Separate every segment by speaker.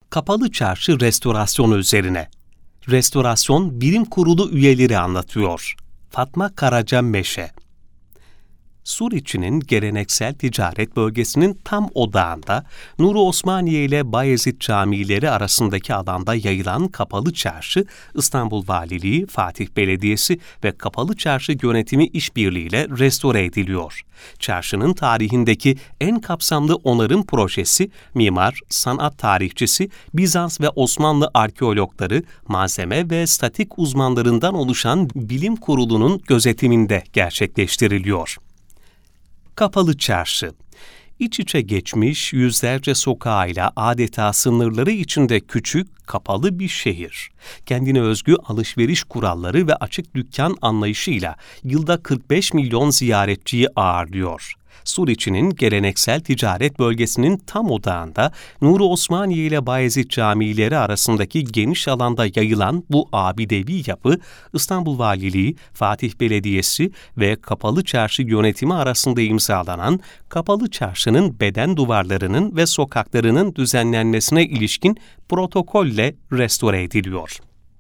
Speaker 1: Kapalı Çarşı restorasyonu üzerine. Restorasyon Bilim Kurulu üyeleri anlatıyor. Fatma Karaca Meşe. Suriçi'nin geleneksel ticaret bölgesinin tam odağında, Nuri Osmaniye ile Bayezid camileri arasındaki alanda yayılan Kapalı Çarşı, İstanbul Valiliği, Fatih Belediyesi ve Kapalı Çarşı Yönetimi işbirliğiyle restore ediliyor. Çarşının tarihindeki en kapsamlı onarım projesi, mimar, sanat tarihçisi, Bizans ve Osmanlı arkeologları, malzeme ve statik uzmanlarından oluşan bilim kurulunun gözetiminde gerçekleştiriliyor. Kapalı Çarşı, İç içe geçmiş yüzlerce sokağıyla adeta sınırları içinde küçük, kapalı bir şehir. Kendine özgü alışveriş kuralları ve açık dükkan anlayışıyla yılda 45 milyon ziyaretçiyi ağırlıyor. Suriçi'nin geleneksel ticaret bölgesinin tam odağında Nuri Osmaniye ile Bayezid camileri arasındaki geniş alanda yayılan bu abidevi yapı, İstanbul Valiliği, Fatih Belediyesi ve Kapalı Çarşı Yönetimi arasında imzalanan Kapalı Çarşı'nın beden duvarlarının ve sokaklarının düzenlenmesine ilişkin protokolle restore ediliyor.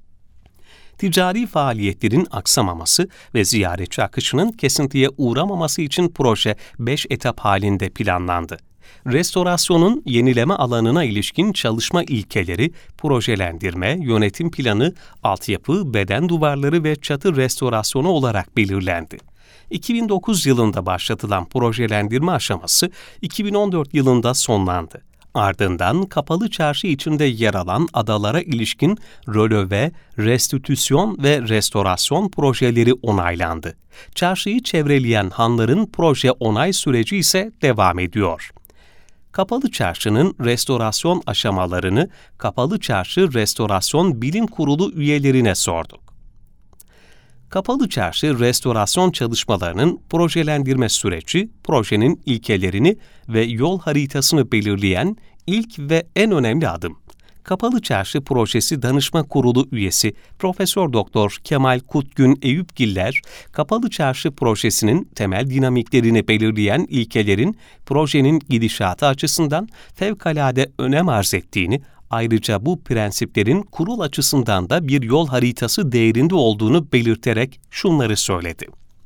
Speaker 1: Ticari faaliyetlerin aksamaması ve ziyaretçi akışının kesintiye uğramaması için proje 5 etap halinde planlandı. Restorasyonun yenileme alanına ilişkin çalışma ilkeleri, projelendirme, yönetim planı, altyapı, beden duvarları ve çatı restorasyonu olarak belirlendi. 2009 yılında başlatılan projelendirme aşaması 2014 yılında sonlandı. Ardından Kapalı Çarşı içinde yer alan adalara ilişkin röleve, restitüsyon ve restorasyon projeleri onaylandı. Çarşıyı çevreleyen hanların proje onay süreci ise devam ediyor. Kapalı Çarşı'nın restorasyon aşamalarını Kapalı Çarşı Restorasyon Bilim Kurulu üyelerine sorduk. Kapalı Çarşı restorasyon çalışmalarının projelendirme süreci, projenin ilkelerini ve yol haritasını belirleyen ilk ve en önemli adım. Kapalı Çarşı Projesi Danışma Kurulu üyesi Profesör Doktor Kemal Kutgün Eyüpgiller, Kapalı Çarşı projesinin temel dinamiklerini belirleyen ilkelerin projenin gidişatı açısından fevkalade önem arz ettiğini, ayrıca bu prensiplerin kurul açısından da bir yol haritası değerinde olduğunu belirterek şunları söyledi.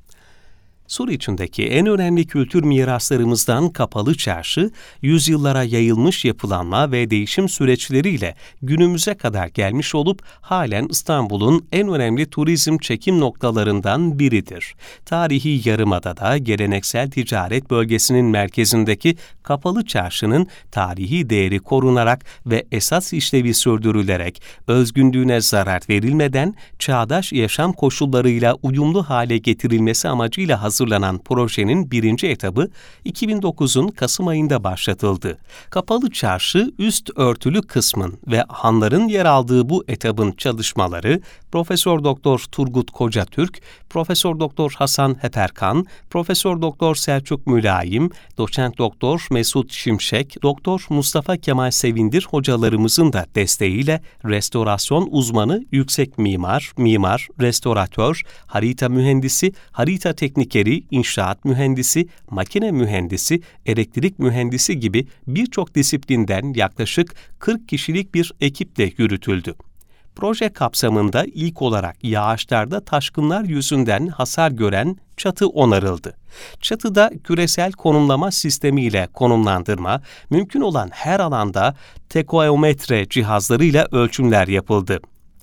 Speaker 1: Suriçi'ndeki en önemli kültür miraslarımızdan Kapalı Çarşı, yüzyıllara yayılmış yapılanma ve değişim süreçleriyle günümüze kadar gelmiş olup halen İstanbul'un en önemli turizm çekim noktalarından biridir. Tarihi Yarımada'da geleneksel ticaret bölgesinin merkezindeki Kapalı Çarşı'nın tarihi değeri korunarak ve esas işlevi sürdürülerek, özgünlüğüne zarar verilmeden çağdaş yaşam koşullarıyla uyumlu hale getirilmesi amacıyla hazırlanan projenin birinci etabı 2009'un Kasım ayında başlatıldı. Kapalı Çarşı üst örtülü kısmın ve hanların yer aldığı bu etabın çalışmaları Profesör Doktor Turgut Kocatürk, Profesör Doktor Hasan Heperkan, Profesör Doktor Selçuk Mülayim, Doçent Doktor Mesut Şimşek, Doktor Mustafa Kemal Sevindir hocalarımızın da desteğiyle restorasyon uzmanı, yüksek mimar, restoratör, harita mühendisi, harita teknikeri, inşaat mühendisi, makine mühendisi, elektrik mühendisi gibi birçok disiplinden yaklaşık 40 kişilik bir ekiple yürütüldü. Proje kapsamında ilk olarak yağışlarda taşkınlar yüzünden hasar gören çatı onarıldı. Çatıda küresel konumlama sistemiyle konumlandırma, mümkün olan her alanda tekometre cihazlarıyla ölçümler yapıldı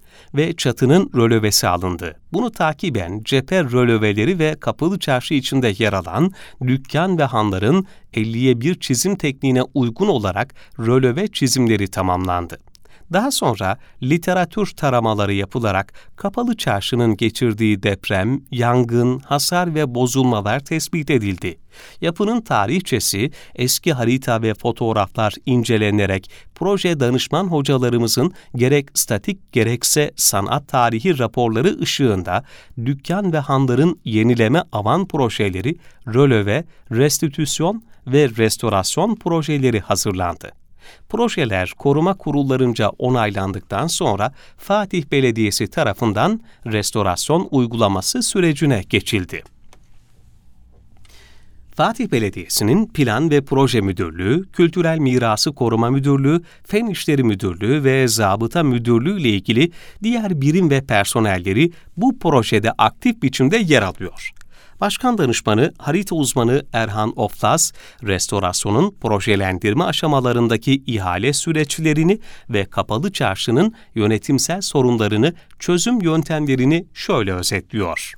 Speaker 1: ve çatının rölevesi alındı. Bunu takiben cephe röleveleri ve Kapalı Çarşı içinde yer alan dükkan ve hanların 50'ye 1 çizim tekniğine uygun olarak röleve çizimleri tamamlandı. Daha sonra literatür taramaları yapılarak Kapalı Çarşı'nın geçirdiği deprem, yangın, hasar ve bozulmalar tespit edildi. Yapının tarihçesi, eski harita ve fotoğraflar incelenerek proje danışman hocalarımızın gerek statik gerekse sanat tarihi raporları ışığında dükkan ve hanların yenileme avan projeleri, röleve, restitüsyon ve restorasyon projeleri hazırlandı. Projeler koruma kurullarınca onaylandıktan sonra Fatih Belediyesi tarafından restorasyon uygulaması sürecine geçildi. Fatih Belediyesi'nin Plan ve Proje Müdürlüğü, Kültürel Mirası Koruma Müdürlüğü, Fen İşleri Müdürlüğü ve Zabıta Müdürlüğü ile ilgili diğer birim ve personelleri bu projede aktif biçimde yer alıyor. Başkan Danışmanı, harita uzmanı Erhan Oflaz, restorasyonun projelendirme aşamalarındaki ihale süreçlerini ve kapalı çarşının yönetimsel sorunlarını, çözüm yöntemlerini şöyle özetliyor.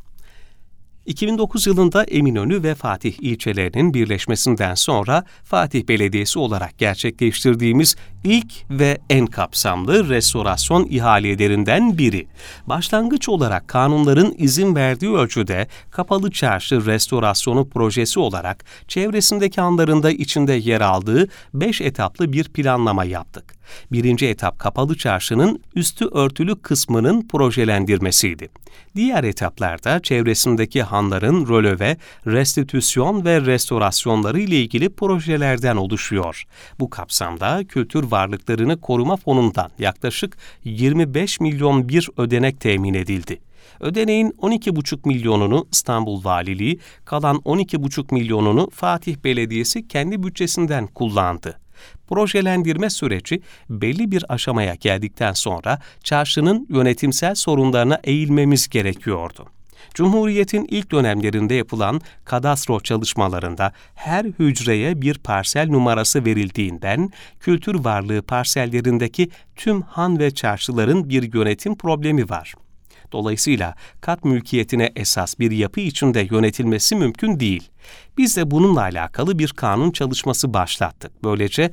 Speaker 1: 2009 yılında Eminönü ve Fatih ilçelerinin birleşmesinden sonra Fatih Belediyesi olarak gerçekleştirdiğimiz ilk ve en kapsamlı restorasyon ihalelerinden biri. Başlangıç olarak kanunların izin verdiği ölçüde kapalı çarşı restorasyonu projesi olarak çevresindeki hanların da içinde yer aldığı 5 etaplı bir planlama yaptık. Birinci etap kapalı çarşının üstü örtülü kısmının projelendirmesiydi. Diğer etaplarda çevresindeki hanların röleve, restitüsyon ve restorasyonları ile ilgili projelerden oluşuyor. Bu kapsamda Kültür Varlıklarını Koruma Fonu'ndan yaklaşık 25 milyon bir ödenek temin edildi. Ödeneğin 12,5 milyonunu İstanbul Valiliği, kalan 12,5 milyonunu Fatih Belediyesi kendi bütçesinden kullandı. Projelendirme süreci belli bir aşamaya geldikten sonra çarşının yönetimsel sorunlarına eğilmemiz gerekiyordu. Cumhuriyet'in ilk dönemlerinde yapılan kadastro çalışmalarında her hücreye bir parsel numarası verildiğinden kültür varlığı parsellerindeki tüm han ve çarşıların bir yönetim problemi var. Dolayısıyla kat mülkiyetine esas bir yapı içinde yönetilmesi mümkün değil. Biz de bununla alakalı bir kanun çalışması başlattık. Böylece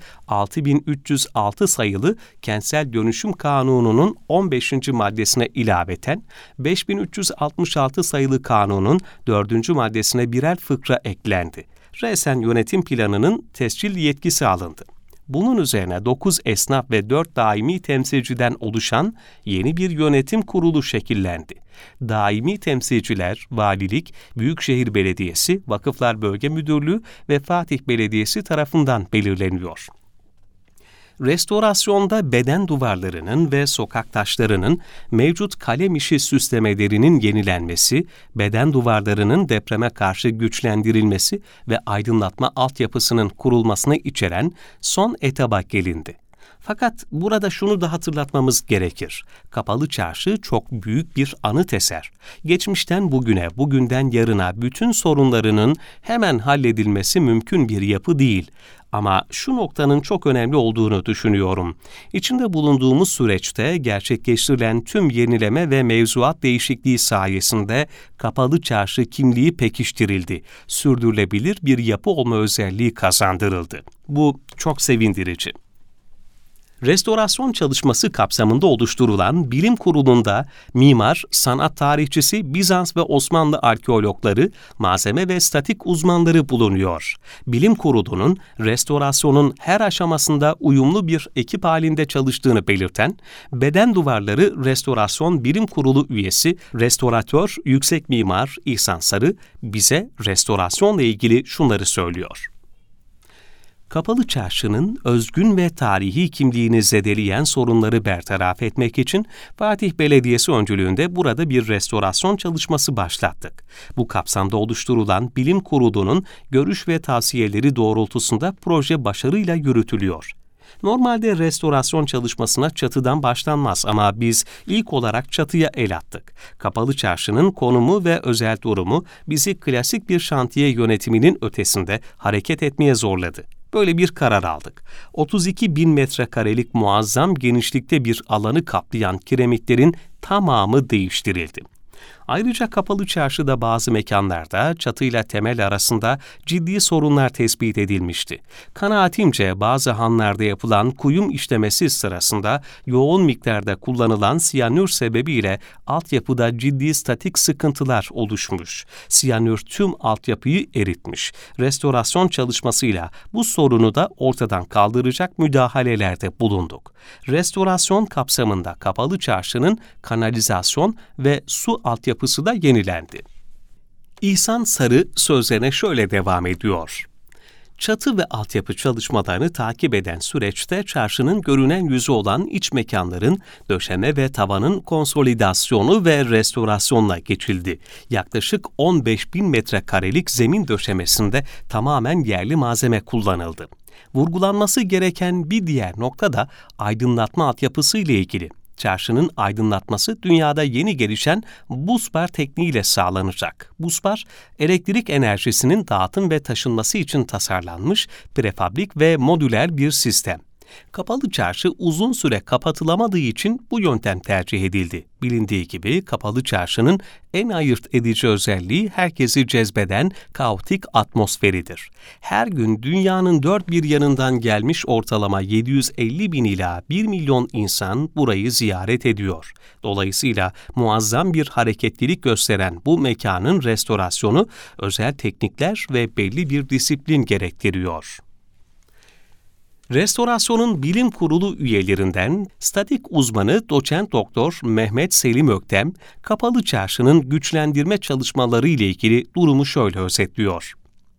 Speaker 1: 6306 sayılı Kentsel Dönüşüm Kanunu'nun 15. maddesine ilaveten 5366 sayılı kanunun 4. maddesine birer fıkra eklendi. Resen yönetim planının tescil yetkisi alındı. Bunun üzerine 9 esnaf ve 4 daimi temsilciden oluşan yeni bir yönetim kurulu şekillendi. Daimi temsilciler, Valilik, Büyükşehir Belediyesi, Vakıflar Bölge Müdürlüğü ve Fatih Belediyesi tarafından belirleniyor. Restorasyonda beden duvarlarının ve sokak taşlarının mevcut kalem işi süslemelerinin yenilenmesi, beden duvarlarının depreme karşı güçlendirilmesi ve aydınlatma altyapısının kurulmasını içeren son etaba gelindi. Fakat burada şunu da hatırlatmamız gerekir. Kapalı çarşı çok büyük bir anıt eser. Geçmişten bugüne, bugünden yarına bütün sorunlarının hemen halledilmesi mümkün bir yapı değil. Ama şu noktanın çok önemli olduğunu düşünüyorum. İçinde bulunduğumuz süreçte gerçekleştirilen tüm yenileme ve mevzuat değişikliği sayesinde kapalı çarşı kimliği pekiştirildi. Sürdürülebilir bir yapı olma özelliği kazandırıldı. Bu çok sevindirici. Restorasyon çalışması kapsamında oluşturulan bilim kurulunda mimar, sanat tarihçisi, Bizans ve Osmanlı arkeologları, malzeme ve statik uzmanları bulunuyor. Bilim kurulunun restorasyonun her aşamasında uyumlu bir ekip halinde çalıştığını belirten Beden Duvarları Restorasyon Bilim Kurulu üyesi restoratör yüksek mimar İhsan Sarı bize restorasyonla ilgili şunları söylüyor. Kapalı çarşının özgün ve tarihi kimliğini zedeleyen sorunları bertaraf etmek için Fatih Belediyesi öncülüğünde burada bir restorasyon çalışması başlattık. Bu kapsamda oluşturulan bilim kurulunun görüş ve tavsiyeleri doğrultusunda proje başarıyla yürütülüyor. Normalde restorasyon çalışmasına çatıdan başlanmaz ama biz ilk olarak çatıya el attık. Kapalı çarşının konumu ve özel durumu bizi klasik bir şantiye yönetiminin ötesinde hareket etmeye zorladı. Böyle bir karar aldık. 32 bin metrekarelik muazzam genişlikte bir alanı kaplayan kiremitlerin tamamı değiştirildi. Ayrıca kapalı çarşıda bazı mekanlarda çatıyla temel arasında ciddi sorunlar tespit edilmişti. Kanaatimce bazı hanlarda yapılan kuyum işlemesi sırasında yoğun miktarda kullanılan siyanür sebebiyle altyapıda ciddi statik sıkıntılar oluşmuş. Siyanür tüm altyapıyı eritmiş. Restorasyon çalışmasıyla bu sorunu da ortadan kaldıracak müdahalelerde bulunduk. Restorasyon kapsamında kapalı çarşının kanalizasyon ve su altyapısı da yenilendi. İhsan Sarı sözlerine şöyle devam ediyor. Çatı ve altyapı çalışmalarını takip eden süreçte çarşının görünen yüzü olan iç mekanların döşeme ve tavanın konsolidasyonu ve restorasyonuna geçildi. Yaklaşık 15.000 metrekarelik zemin döşemesinde tamamen yerli malzeme kullanıldı. Vurgulanması gereken bir diğer nokta da aydınlatma altyapısı ile ilgili. Çarşının aydınlatması dünyada yeni gelişen buzbar tekniğiyle sağlanacak. Buzbar, elektrik enerjisinin dağıtım ve taşınması için tasarlanmış prefabrik ve modüler bir sistem. Kapalı çarşı uzun süre kapatılamadığı için bu yöntem tercih edildi. Bilindiği gibi kapalı çarşının en ayırt edici özelliği herkesi cezbeden kaotik atmosferidir. Her gün dünyanın dört bir yanından gelmiş ortalama 750 bin ila 1 milyon insan burayı ziyaret ediyor. Dolayısıyla muazzam bir hareketlilik gösteren bu mekanın restorasyonu özel teknikler ve belli bir disiplin gerektiriyor. Restorasyonun bilim kurulu üyelerinden statik uzmanı doçent doktor Mehmet Selim Öktem, kapalı çarşının güçlendirme çalışmaları ile ilgili durumu şöyle özetliyor.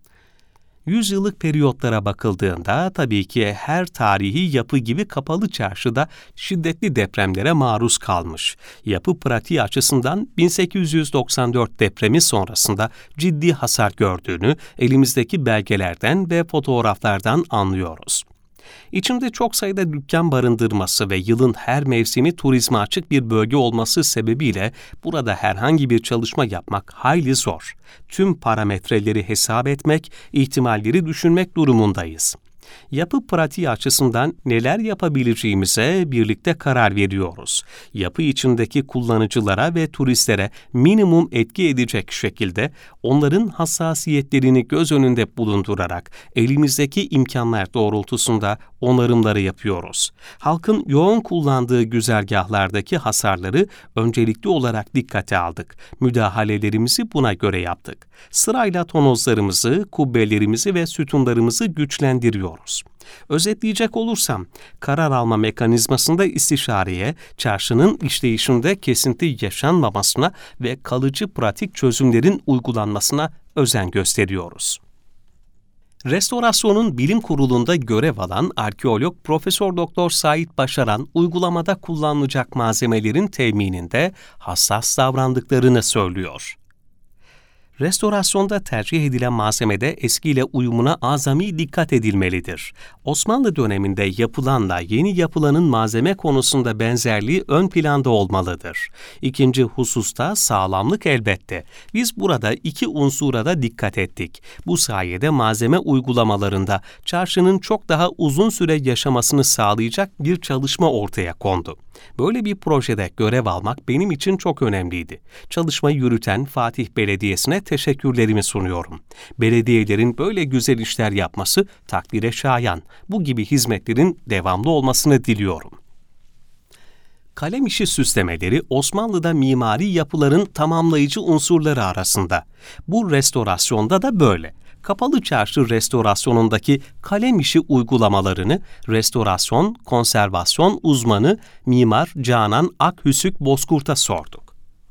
Speaker 1: 100 yıllık periyotlara bakıldığında tabii ki her tarihi yapı gibi kapalı çarşıda şiddetli depremlere maruz kalmış. Yapı pratiği açısından 1894 depremi sonrasında ciddi hasar gördüğünü elimizdeki belgelerden ve fotoğraflardan anlıyoruz. İçinde çok sayıda dükkan barındırması ve yılın her mevsimi turizme açık bir bölge olması sebebiyle burada herhangi bir çalışma yapmak hayli zor. Tüm parametreleri hesap etmek, ihtimalleri düşünmek durumundayız. Yapı pratiği açısından neler yapabileceğimize birlikte karar veriyoruz. Yapı içindeki kullanıcılara ve turistlere minimum etki edecek şekilde onların hassasiyetlerini göz önünde bulundurarak elimizdeki imkanlar doğrultusunda onarımları yapıyoruz. Halkın yoğun kullandığı güzergahlardaki hasarları öncelikli olarak dikkate aldık. Müdahalelerimizi buna göre yaptık. Sırayla tonozlarımızı, kubbelerimizi ve sütunlarımızı güçlendiriyoruz. Özetleyecek olursam, karar alma mekanizmasında istişareye, çarşının işleyişinde kesinti yaşanmamasına ve kalıcı pratik çözümlerin uygulanmasına özen gösteriyoruz. Restorasyonun bilim kurulunda görev alan arkeolog Profesör Doktor Sait Başaran uygulamada kullanılacak malzemelerin temininde hassas davrandıklarını söylüyor. Restorasyonda tercih edilen malzemede eskiyle uyumuna azami dikkat edilmelidir. Osmanlı döneminde yapılanla yeni yapılanın malzeme konusunda benzerliği ön planda olmalıdır. İkinci hususta sağlamlık elbette. Biz burada iki unsura da dikkat ettik. Bu sayede malzeme uygulamalarında çarşının çok daha uzun süre yaşamasını sağlayacak bir çalışma ortaya kondu. Böyle bir projede görev almak benim için çok önemliydi. Çalışmayı yürüten Fatih Belediyesi'ne teşekkürlerimi sunuyorum. Belediyelerin böyle güzel işler yapması takdire şayan. Bu gibi hizmetlerin devamlı olmasını diliyorum. Kalem işi süslemeleri Osmanlı'da mimari yapıların tamamlayıcı unsurları arasında. Bu restorasyonda da böyle. Kapalı çarşı restorasyonundaki kalem işi uygulamalarını restorasyon, konservasyon uzmanı Mimar Canan Akhüsük Bozkurt'a sorduk.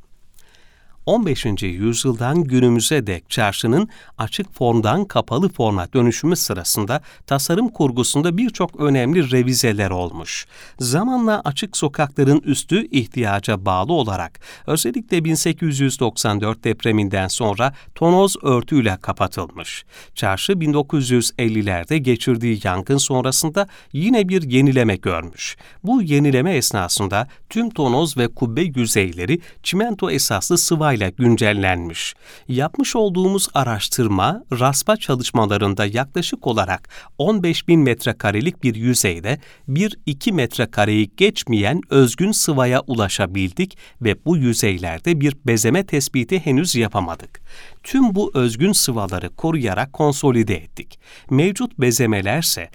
Speaker 1: 15. yüzyıldan günümüze dek çarşının açık formdan kapalı forma dönüşümü sırasında tasarım kurgusunda birçok önemli revizeler olmuş. Zamanla açık sokakların üstü ihtiyaca bağlı olarak özellikle 1894 depreminden sonra tonoz örtüyle kapatılmış. Çarşı 1950'lerde geçirdiği yangın sonrasında yine bir yenileme görmüş. Bu yenileme esnasında tüm tonoz ve kubbe yüzeyleri çimento esaslı sıvayla güncellenmiş. Yapmış olduğumuz araştırma, raspa çalışmalarında yaklaşık olarak 15.000 metrekarelik bir yüzeyde 1-2 metrekareyi geçmeyen özgün sıvaya ulaşabildik ve bu yüzeylerde bir bezeme tespiti henüz yapamadık. Tüm bu özgün sıvaları koruyarak konsolide ettik. Mevcut bezemelerse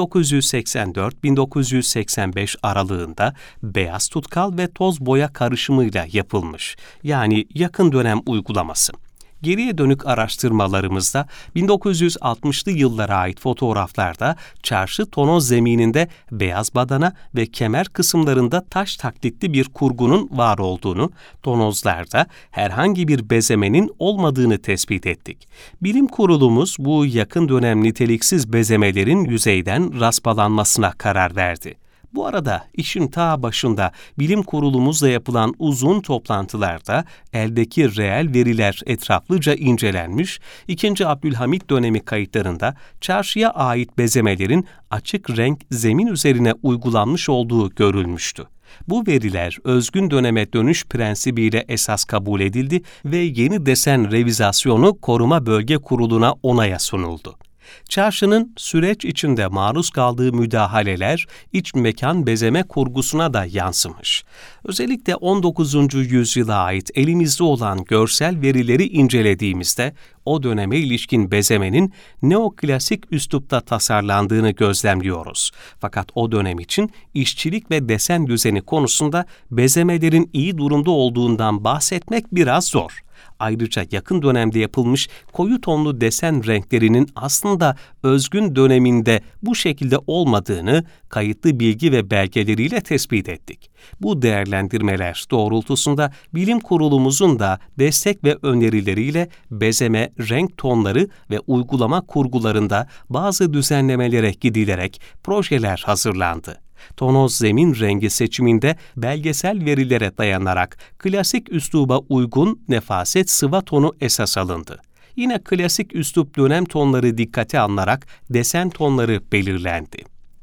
Speaker 1: 1984-1985 aralığında beyaz tutkal ve toz boya karışımıyla yapılmış. Yani yakın dönem uygulaması. Geriye dönük araştırmalarımızda 1960'lı yıllara ait fotoğraflarda çarşı tonoz zemininde beyaz badana ve kemer kısımlarında taş taklitli bir kurgunun var olduğunu, tonozlarda herhangi bir bezemenin olmadığını tespit ettik. Bilim kurulumuz bu yakın dönem niteliksiz bezemelerin yüzeyden raspalanmasına karar verdi. Bu arada işin ta başında bilim kurulumuzla yapılan uzun toplantılarda eldeki reel veriler etraflıca incelenmiş, 2. Abdülhamit dönemi kayıtlarında çarşıya ait bezemelerin açık renk zemin üzerine uygulanmış olduğu görülmüştü. Bu veriler özgün döneme dönüş prensibiyle esas kabul edildi ve yeni desen revizasyonu Koruma Bölge Kurulu'na onaya sunuldu. Çarşının süreç içinde maruz kaldığı müdahaleler iç mekan bezeme kurgusuna da yansımış. Özellikle 19. yüzyıla ait elimizde olan görsel verileri incelediğimizde o döneme ilişkin bezemenin neoklasik üslupta tasarlandığını gözlemliyoruz. Fakat o dönem için işçilik ve desen düzeni konusunda bezemelerin iyi durumda olduğundan bahsetmek biraz zor. Ayrıca yakın dönemde yapılmış koyu tonlu desen renklerinin aslında özgün döneminde bu şekilde olmadığını kayıtlı bilgi ve belgeleriyle tespit ettik. Bu değerlendirmeler doğrultusunda bilim kurulumuzun da destek ve önerileriyle bezeme, renk tonları ve uygulama kurgularında bazı düzenlemelere gidilerek projeler hazırlandı. Tonoz zemin rengi seçiminde belgesel verilere dayanarak klasik üsluba uygun nefaset sıva tonu esas alındı. Yine klasik üslup dönem tonları dikkate alınarak desen tonları belirlendi.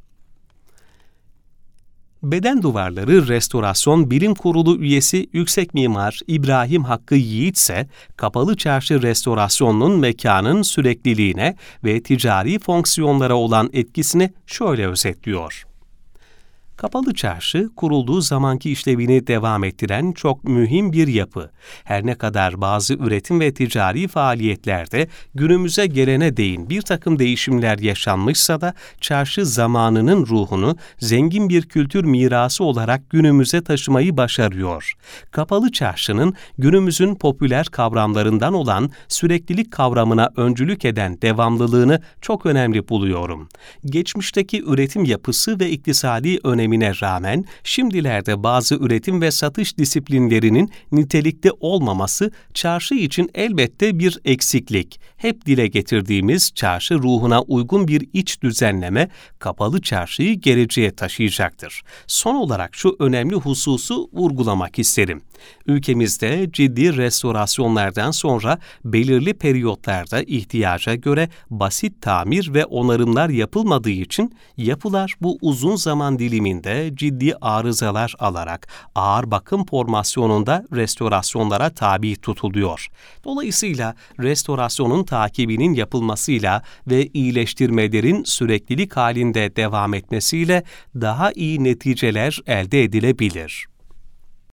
Speaker 1: Beden Duvarları Restorasyon Bilim Kurulu üyesi Yüksek Mimar İbrahim Hakkı Yiğit ise Kapalı Çarşı restorasyonunun mekanın sürekliliğine ve ticari fonksiyonlara olan etkisini şöyle özetliyor. Kapalı Çarşı, kurulduğu zamanki işlevini devam ettiren çok mühim bir yapı. Her ne kadar bazı üretim ve ticari faaliyetlerde günümüze gelene değin bir takım değişimler yaşanmışsa da çarşı zamanının ruhunu zengin bir kültür mirası olarak günümüze taşımayı başarıyor. Kapalı Çarşı'nın günümüzün popüler kavramlarından olan süreklilik kavramına öncülük eden devamlılığını çok önemli buluyorum. Geçmişteki üretim yapısı ve iktisadi önemine rağmen şimdilerde bazı üretim ve satış disiplinlerinin nitelikli olmaması çarşı için elbette bir eksiklik. Hep dile getirdiğimiz çarşı ruhuna uygun bir iç düzenleme Kapalı Çarşı'yı geleceğe taşıyacaktır. Son olarak şu önemli hususu vurgulamak isterim. Ülkemizde ciddi restorasyonlardan sonra belirli periyotlarda ihtiyaca göre basit tamir ve onarımlar yapılmadığı için yapılar bu uzun zaman diliminde ciddi arızalar alarak ağır bakım formasyonunda restorasyonlara tabi tutuluyor. Dolayısıyla restorasyonun takibinin yapılmasıyla ve iyileştirmelerin süreklilik halinde devam etmesiyle daha iyi neticeler elde edilebilir.